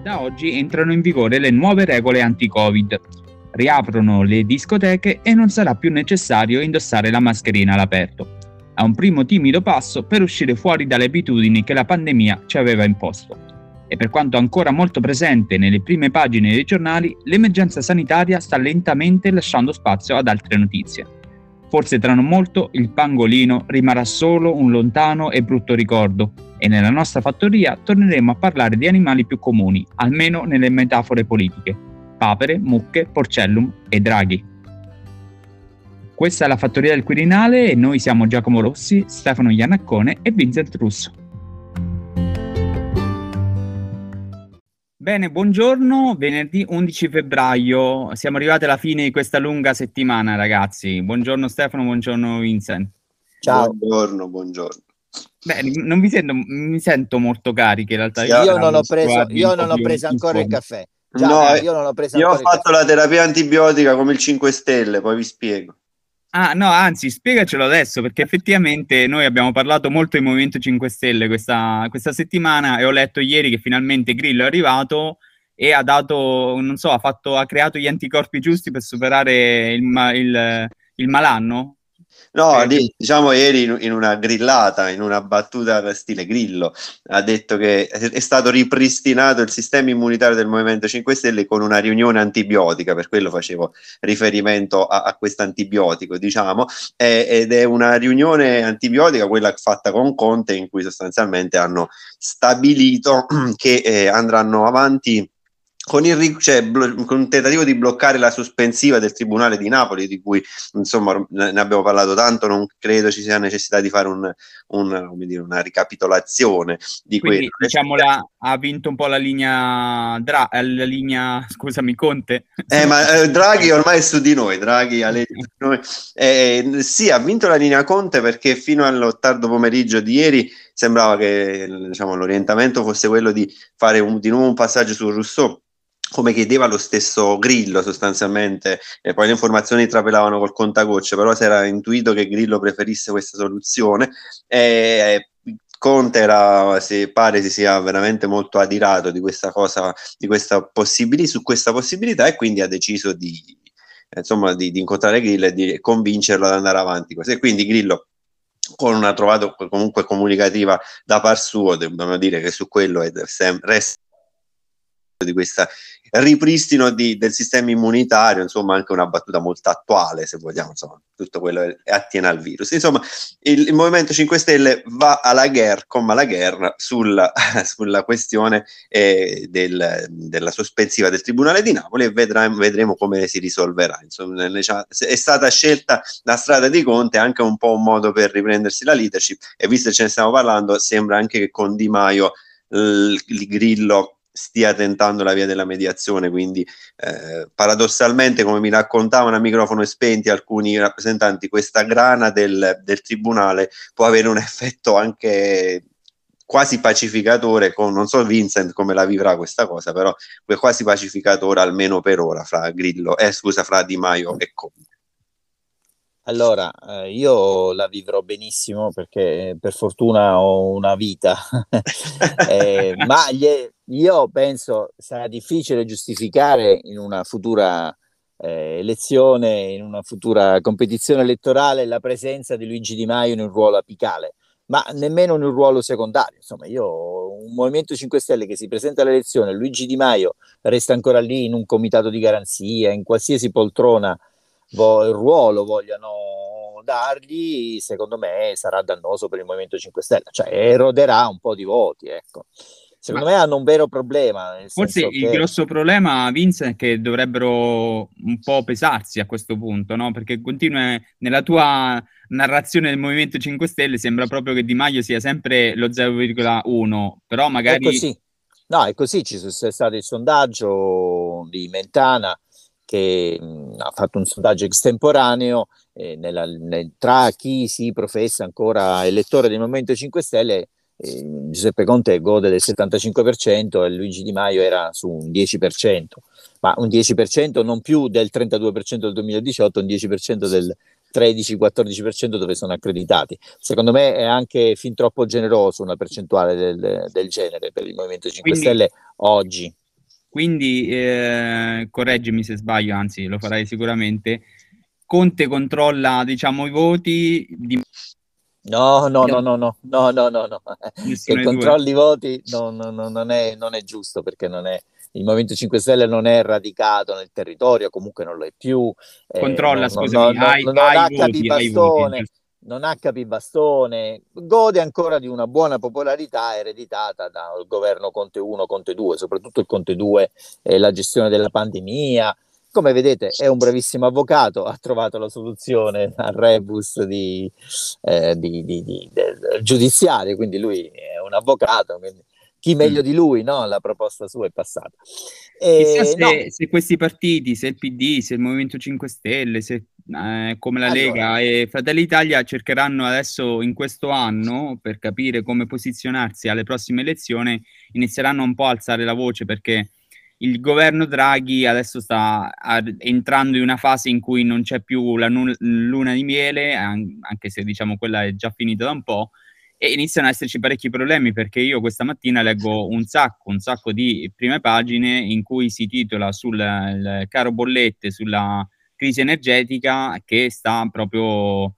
Da oggi entrano in vigore le nuove regole anti-Covid. Riaprono le discoteche e non sarà più necessario indossare la mascherina all'aperto. È un primo timido passo per uscire fuori dalle abitudini che la pandemia ci aveva imposto. E per quanto ancora molto presente nelle prime pagine dei giornali, l'emergenza sanitaria sta lentamente lasciando spazio ad altre notizie. Forse tra non molto il pangolino rimarrà solo un lontano e brutto ricordo e nella nostra fattoria torneremo a parlare di animali più comuni, almeno nelle metafore politiche: papere, mucche, porcellum e draghi. Questa è la Fattoria del Quirinale e noi siamo Giacomo Rossi, Stefano Iannaccone e Vincent Russo. Bene, buongiorno, venerdì 11 febbraio, siamo arrivati alla fine di questa lunga settimana, ragazzi. Buongiorno Stefano, buongiorno Vincent. Ciao. Buongiorno. Beh, non mi sento molto carichi in realtà. Io non ho preso ancora il caffè. Io ho fatto la terapia antibiotica come il 5 Stelle, poi vi spiego. Ah, no, anzi, spiegacelo adesso, perché effettivamente noi abbiamo parlato molto di Movimento 5 Stelle questa settimana e ho letto ieri che finalmente Grillo è arrivato e ha dato, non so, ha creato gli anticorpi giusti per superare il malanno. No, diciamo ieri in una grillata, in una battuta stile Grillo, ha detto che è stato ripristinato il sistema immunitario del Movimento 5 Stelle con una riunione antibiotica, per quello facevo riferimento a questo antibiotico, diciamo, ed è una riunione antibiotica, quella fatta con Conte, in cui sostanzialmente hanno stabilito che andranno avanti con un tentativo di bloccare la sospensiva del Tribunale di Napoli, di cui insomma ne abbiamo parlato tanto, non credo ci sia necessità di fare una ricapitolazione di quindi, quello. Diciamo ha vinto un po' la linea scusami, Conte. Ma Draghi ormai è su di noi, Draghi ha letto noi. Sì, ha vinto la linea Conte perché fino al tardo pomeriggio di ieri sembrava che, diciamo, l'orientamento fosse quello di fare di nuovo un passaggio su Rousseau, come chiedeva lo stesso Grillo sostanzialmente, e poi le informazioni trapelavano col contagocce, però si era intuito che Grillo preferisse questa soluzione. Conte pare si sia veramente molto adirato di questa cosa, su questa possibilità, e quindi ha deciso di incontrare Grillo e di convincerlo ad andare avanti così. E quindi Grillo, con una trovata comunque comunicativa da par suo, dobbiamo dire che su quello resta di questa ripristino del sistema immunitario, insomma anche una battuta molto attuale, se vogliamo, insomma tutto quello attiene al virus. Insomma il Movimento 5 Stelle va alla guerra con Malaguer sulla questione della sospensiva del Tribunale di Napoli, e vedremo come si risolverà. Insomma, è stata scelta la strada di Conte, anche un po' un modo per riprendersi la leadership, e visto che ce ne stiamo parlando, sembra anche che con Di Maio il Grillo stia tentando la via della mediazione, quindi paradossalmente, come mi raccontavano a microfono spenti alcuni rappresentanti, questa grana del tribunale può avere un effetto anche quasi pacificatore, non so Vincent come la vivrà questa cosa, però quasi pacificatore almeno per ora fra Di Maio e Conte. Allora, io la vivrò benissimo perché per fortuna ho una vita, ma io penso sarà difficile giustificare in una futura elezione, in una futura competizione elettorale, la presenza di Luigi Di Maio in un ruolo apicale, ma nemmeno in un ruolo secondario. Insomma, un Movimento 5 Stelle che si presenta alle elezioni, Luigi Di Maio resta ancora lì in un comitato di garanzia, in qualsiasi poltrona ruolo vogliano dargli, secondo me sarà dannoso per il Movimento 5 Stelle, cioè eroderà un po' di voti, ecco. Secondo me hanno un vero problema, forse il grosso problema, Vince, è che dovrebbero un po' pesarsi a questo punto, no? Perché continua nella tua narrazione del Movimento 5 Stelle, sembra proprio che Di Maio sia sempre lo 0,1, però magari... È così. No, è così, c'è stato il sondaggio di Mentana che ha fatto un sondaggio estemporaneo tra chi si professa ancora elettore del Movimento 5 Stelle. Giuseppe Conte gode del 75% e Luigi Di Maio era su un 10%, ma un 10% non più del 32% del 2018, un 10% del 13-14% dove sono accreditati. Secondo me è anche fin troppo generoso una percentuale del genere per il Movimento 5 Stelle oggi. Quindi, correggimi se sbaglio, anzi lo farai sicuramente, Conte controlla, diciamo, i voti di... No. Che Nessuno dei due. controlli i voti non è giusto, perché il Movimento 5 Stelle non è radicato nel territorio, comunque non lo è più. Controlla, scusami, Non hai ha voti, capibastone, giusto? non ha capibastone, gode ancora di una buona popolarità ereditata dal governo Conte 1, Conte 2, soprattutto il Conte 2, la gestione della pandemia. Come vedete, è un bravissimo avvocato, ha trovato la soluzione al rebus giudiziario, quindi lui è un avvocato, quindi chi meglio di lui, no? La proposta sua è passata. Chissà se questi partiti, se il PD, se il Movimento 5 Stelle, se come la Lega e Fratelli d'Italia cercheranno adesso in questo anno, per capire come posizionarsi alle prossime elezioni, inizieranno un po' a alzare la voce, perché il governo Draghi adesso sta entrando in una fase in cui non c'è più la luna di miele, anche se diciamo quella è già finita da un po', e iniziano ad esserci parecchi problemi, perché io questa mattina leggo un sacco di prime pagine in cui si titola sul caro bollette, sulla crisi energetica che sta proprio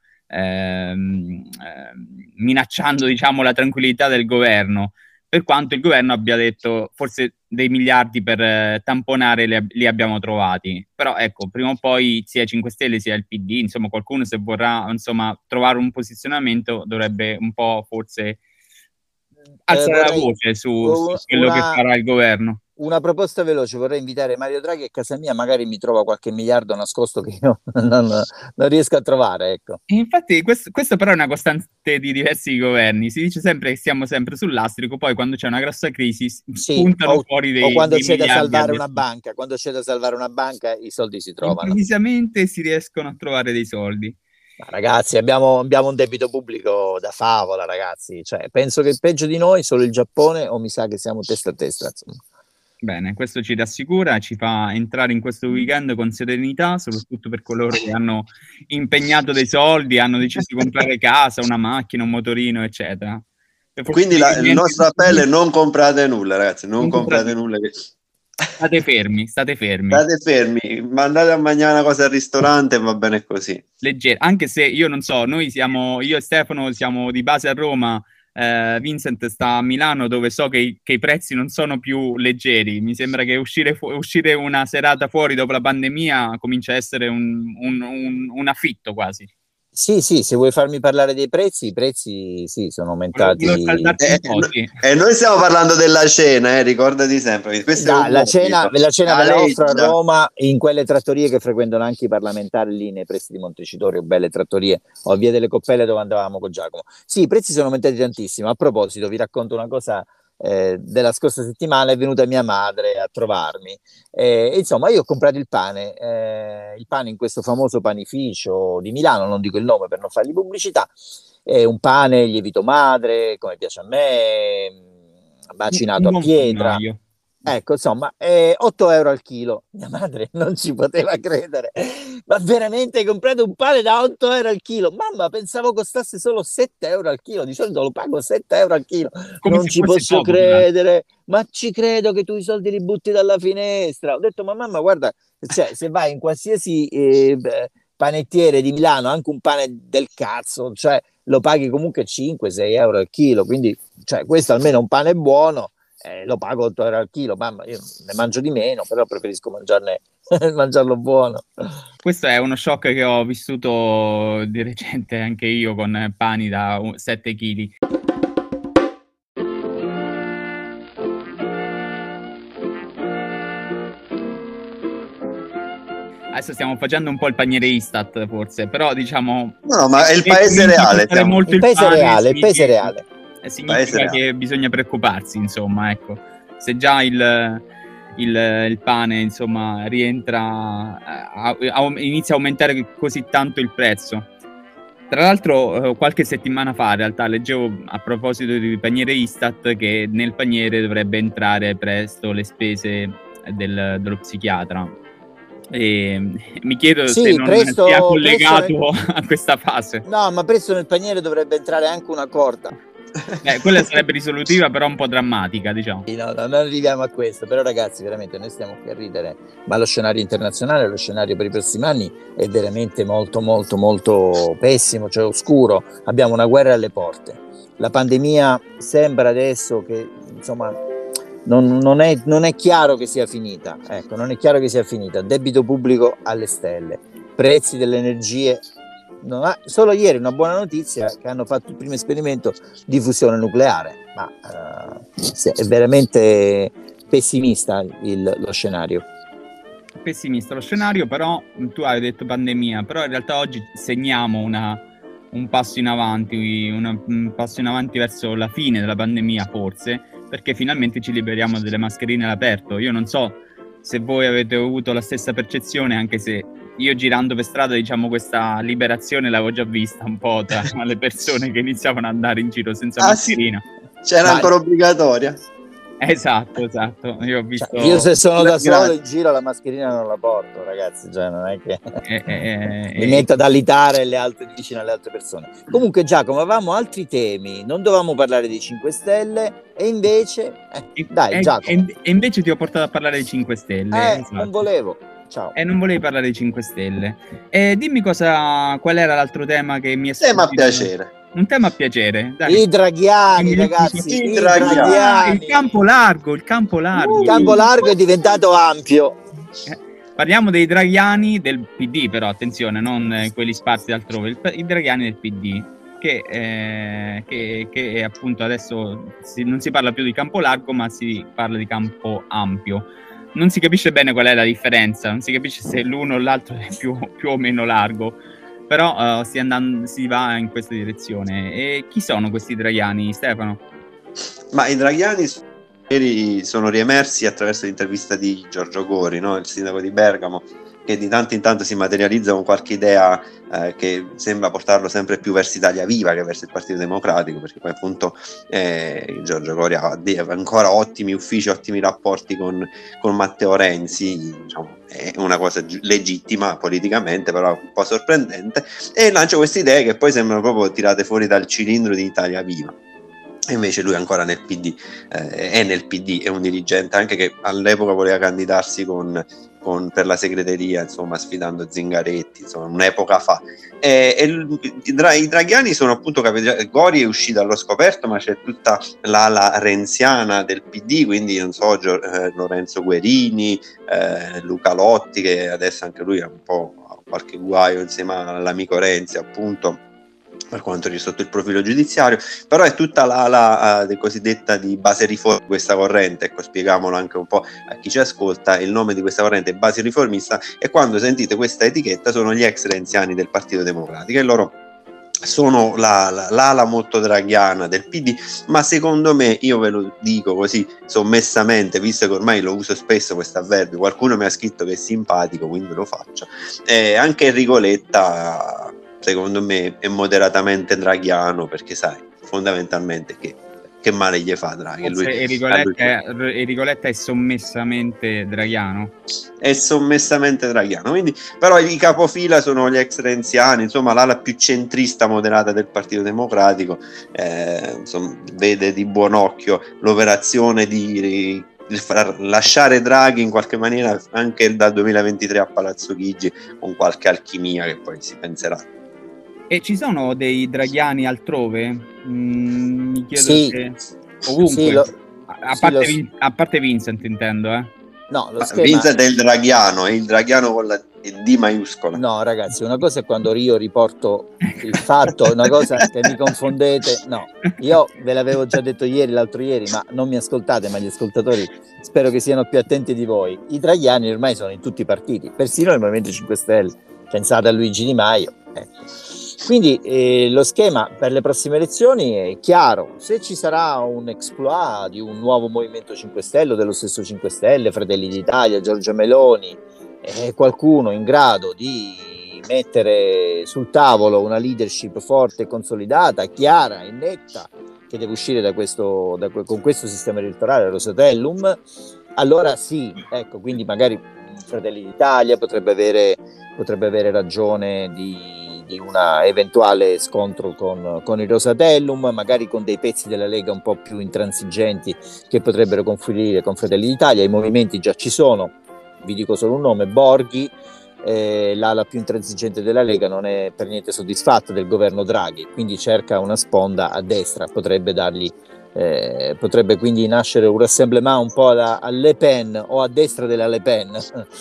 minacciando, diciamo, la tranquillità del governo, per quanto il governo abbia detto forse dei miliardi per tamponare li abbiamo trovati. Però ecco, prima o poi sia i 5 Stelle sia il PD, insomma qualcuno, se vorrà insomma trovare un posizionamento, dovrebbe un po' forse alzare la voce su quello che farà il governo. Una proposta veloce: vorrei invitare Mario Draghi a casa mia, magari mi trova qualche miliardo nascosto che io non riesco a trovare, ecco. E infatti questo però è una costante di diversi governi, si dice sempre che stiamo sempre sull'astrico, poi quando c'è una grossa crisi spuntano fuori dei miliardi. O quando c'è da salvare una banca, i soldi si trovano. Improvvisamente si riescono a trovare dei soldi. Ma ragazzi, abbiamo un debito pubblico da favola, ragazzi, cioè, penso che peggio di noi solo il Giappone, o mi sa che siamo testa a testa, insomma. Bene, questo ci rassicura, ci fa entrare in questo weekend con serenità, soprattutto per coloro che hanno impegnato dei soldi, hanno deciso di comprare casa, una macchina, un motorino, eccetera. Quindi il nostro appello è: non comprate nulla, ragazzi, non comprate nulla. State fermi. State fermi, mandate a mangiare una cosa al ristorante, va bene così. Leggero, anche se io non so, io e Stefano siamo di base a Roma, Vincent sta a Milano, dove so che i prezzi non sono più leggeri. Mi sembra che uscire una serata fuori dopo la pandemia comincia a essere un affitto quasi. Sì, se vuoi farmi parlare dei prezzi, i prezzi sì, sono aumentati. E noi stiamo parlando della cena, ricordati sempre. La cena ve la offro a Roma, in quelle trattorie che frequentano anche i parlamentari lì nei pressi di Montecitorio, belle trattorie, o a Via delle Coppelle dove andavamo con Giacomo. Sì, i prezzi sono aumentati tantissimo. A proposito, vi racconto una cosa. Della scorsa settimana è venuta mia madre a trovarmi, insomma io ho comprato il pane in questo famoso panificio di Milano, non dico il nome per non fargli pubblicità, è un pane lievito madre come piace a me, macinato a pietra, ecco, insomma, 8 euro al chilo. Mia madre non ci poteva credere. Ma veramente hai comprato un pane da 8 euro al chilo? Mamma, pensavo costasse solo 7 euro al chilo. Di solito lo pago 7 euro al chilo. Non ci posso credere. Ma ci credo che tu i soldi li butti dalla finestra. Ho detto, ma mamma, guarda, cioè, se vai in qualsiasi panettiere di Milano, anche un pane del cazzo, cioè lo paghi comunque 5-6 euro al chilo. Quindi, cioè, questo almeno un pane buono. Lo pago 8 euro al chilo, mamma, io ne mangio di meno, però preferisco mangiarlo buono. Questo è uno shock che ho vissuto di recente anche io, con pani da 7 kg. Adesso stiamo facendo un po' il paniere Istat, forse, però diciamo... No, ma è il paese reale. Il paese reale. Significa che bisogna preoccuparsi, insomma, ecco. Se già il pane, insomma, rientra, inizia a aumentare così tanto il prezzo. Tra l'altro, qualche settimana fa, in realtà, leggevo, a proposito di paniere Istat, che nel paniere dovrebbe entrare presto le spese dello psichiatra. E mi chiedo se non sia collegato a questa fase. No, ma presto nel paniere dovrebbe entrare anche una corda. Quella sarebbe risolutiva, però un po' drammatica, diciamo. No, non arriviamo a questo, però ragazzi, veramente noi stiamo qui a ridere, ma lo scenario internazionale, lo scenario per i prossimi anni è veramente molto molto molto pessimo, cioè oscuro. Abbiamo una guerra alle porte. La pandemia sembra adesso che, insomma, non è chiaro che sia finita. Ecco, non è chiaro che sia finita. Debito pubblico alle stelle, prezzi delle energie. Solo ieri una buona notizia, che hanno fatto il primo esperimento di fusione nucleare, ma è veramente pessimista lo scenario. Pessimista lo scenario, però tu hai detto pandemia, però in realtà oggi segniamo un passo in avanti, un passo in avanti verso la fine della pandemia, forse, perché finalmente ci liberiamo delle mascherine all'aperto. Io non so se voi avete avuto la stessa percezione, anche se io girando per strada, diciamo, questa liberazione l'avevo già vista un po' tra le persone che iniziavano ad andare in giro senza mascherina. Sì. C'era ancora obbligatoria. Esatto. Io ho visto. Io se sono da solo in giro la mascherina non la porto, ragazzi, cioè non è che mi metto ad alitare vicino alle altre persone. Comunque, Giacomo, avevamo altri temi, non dovevamo parlare dei 5 Stelle e invece Giacomo. E invece ti ho portato a parlare dei 5 Stelle. Esatto. Non volevo. Ciao. E non volevi parlare dei 5 Stelle. Dimmi qual era l'altro tema che mi è tema a piacere. Un tema a piacere. Dai. I draghiani, ragazzi. I draghiani. Il campo largo. Il campo largo è diventato ampio. Parliamo dei draghiani del PD, però attenzione, non quelli sparsi altrove. I draghiani del PD. Che appunto adesso non si parla più di campo largo, ma si parla di campo ampio. Non si capisce bene qual è la differenza, non si capisce se l'uno o l'altro è più o meno largo, però si va in questa direzione. E chi sono questi draghiani, Stefano? Ma i draghiani sono riemersi attraverso l'intervista di Giorgio Gori, no? Il sindaco di Bergamo, che di tanto in tanto si materializza con qualche idea che sembra portarlo sempre più verso Italia Viva che verso il Partito Democratico, perché poi appunto Giorgio Gori ha ancora ottimi uffici, ottimi rapporti con Matteo Renzi, diciamo, è una cosa legittima politicamente, però un po' sorprendente, e lancia queste idee che poi sembrano proprio tirate fuori dal cilindro di Italia Viva. E invece lui ancora nel PD, è un dirigente anche che all'epoca voleva candidarsi per la segreteria, insomma, sfidando Zingaretti, insomma, un'epoca fa. I draghiani sono appunto, Gori è uscito allo scoperto, ma c'è tutta l'ala renziana del PD, quindi non so, Lorenzo Guerini, Luca Lotti, che adesso anche lui ha un po' qualche guaio insieme all'amico Renzi, appunto, per quanto riguarda sotto il profilo giudiziario, però è tutta l'ala cosiddetta di base riformista, questa corrente. Ecco, spieghiamolo anche un po' a chi ci ascolta. Il nome di questa corrente è base riformista, e quando sentite questa etichetta sono gli ex renziani del Partito Democratico, e loro sono l'ala molto draghiana del PD, ma secondo me, io ve lo dico così sommessamente, visto che ormai lo uso spesso questo avverbio, qualcuno mi ha scritto che è simpatico, quindi lo faccio, anche Enrico Letta secondo me è moderatamente draghiano, perché sai fondamentalmente che male gli fa Draghi. Enrico Letta è sommessamente draghiano. È sommessamente draghiano, quindi, però i capofila sono gli ex renziani, insomma l'ala più centrista moderata del Partito Democratico, insomma, vede di buon occhio l'operazione di far lasciare Draghi in qualche maniera anche dal 2023 a Palazzo Chigi, con qualche alchimia che poi si penserà. E ci sono dei draghiani altrove? Mi chiedo se Sì, ovunque, a parte Vincent, intendo, No, lo schema... Vincent è il draghiano, è il draghiano con la D maiuscola. No, ragazzi, una cosa è quando io riporto il fatto, una cosa che mi confondete. No, io ve l'avevo già detto l'altro ieri, ma non mi ascoltate, ma gli ascoltatori spero che siano più attenti di voi. I draghiani ormai sono in tutti i partiti, persino nel Movimento 5 Stelle. Pensate a Luigi Di Maio. Quindi lo schema per le prossime elezioni è chiaro. Se ci sarà un exploit di un nuovo Movimento 5 Stelle o dello stesso 5 Stelle, Fratelli d'Italia, Giorgia Meloni, qualcuno in grado di mettere sul tavolo una leadership forte e consolidata, chiara e netta, che deve uscire con questo sistema elettorale, Rosatellum, allora sì, ecco, quindi magari Fratelli d'Italia potrebbe avere ragione di di una eventuale scontro con il Rosatellum, magari con dei pezzi della Lega un po' più intransigenti che potrebbero confluire con Fratelli d'Italia. I movimenti già ci sono, vi dico solo un nome: Borghi. L'ala più intransigente della Lega non è per niente soddisfatta del governo Draghi, quindi cerca una sponda a destra, potrebbe quindi nascere un rassemblement un po' a Le Pen o a destra della Le Pen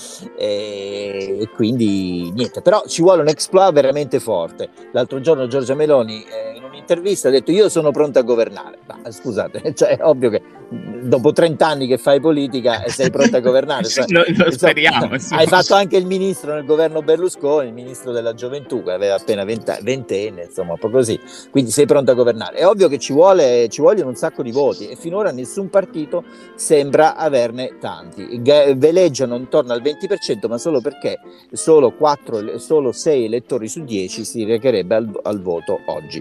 e quindi niente, però ci vuole un exploit veramente forte. L'altro giorno Giorgia Meloni in un'intervista ha detto: io sono pronta a governare. Ma scusate, cioè, è ovvio che dopo 30 anni che fai politica e sei pronta a governare, cioè, lo speriamo, hai fatto anche il ministro nel governo Berlusconi, il ministro della gioventù, che aveva appena 20 anni, insomma, un po' così, quindi sei pronta a governare. È ovvio che ci vogliono un sacco di voti e finora nessun partito sembra averne tanti, veleggiano intorno al 20%, ma solo perché solo 6 elettori su 10 si recherebbe al voto oggi.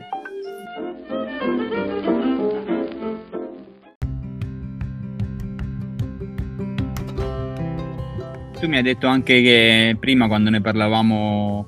Tu mi hai detto anche che prima, quando ne parlavamo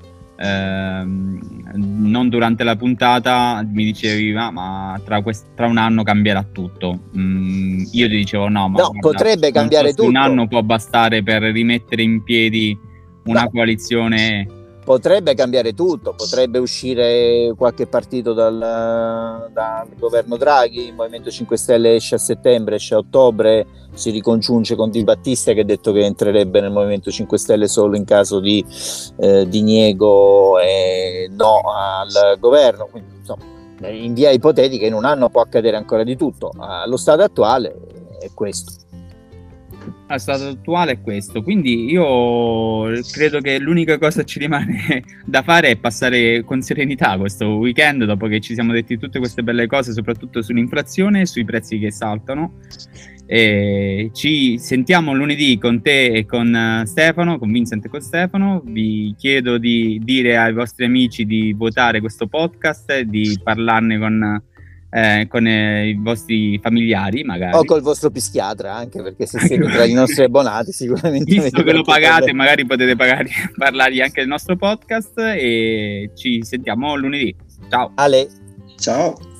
non durante la puntata, mi dicevi ma tra un anno cambierà tutto. Io ti dicevo no, ma guarda, potrebbe cambiare tutto. Un anno può bastare per rimettere in piedi una coalizione. Potrebbe cambiare tutto, potrebbe uscire qualche partito dal governo Draghi, il Movimento 5 Stelle esce a settembre, esce a ottobre, si ricongiunge con Di Battista che ha detto che entrerebbe nel Movimento 5 Stelle solo in caso di diniego e no al governo. Quindi, insomma, in via ipotetica in un anno può accadere ancora di tutto. Allo stato attuale è questo. Lo stato attuale è questo, quindi io credo che l'unica cosa che ci rimane da fare è passare con serenità questo weekend, dopo che ci siamo detti tutte queste belle cose, soprattutto sull'inflazione e sui prezzi che saltano. E ci sentiamo lunedì con te e con Stefano, con Vincent e con Stefano. Vi chiedo di dire ai vostri amici di votare questo podcast, di parlarne con i vostri familiari, magari, o col vostro psichiatra, anche perché se siete tra i nostri abbonati sicuramente, visto che lo pagate, magari potete parlargli anche del nostro podcast. E ci sentiamo lunedì. Ciao. Ale. Ciao.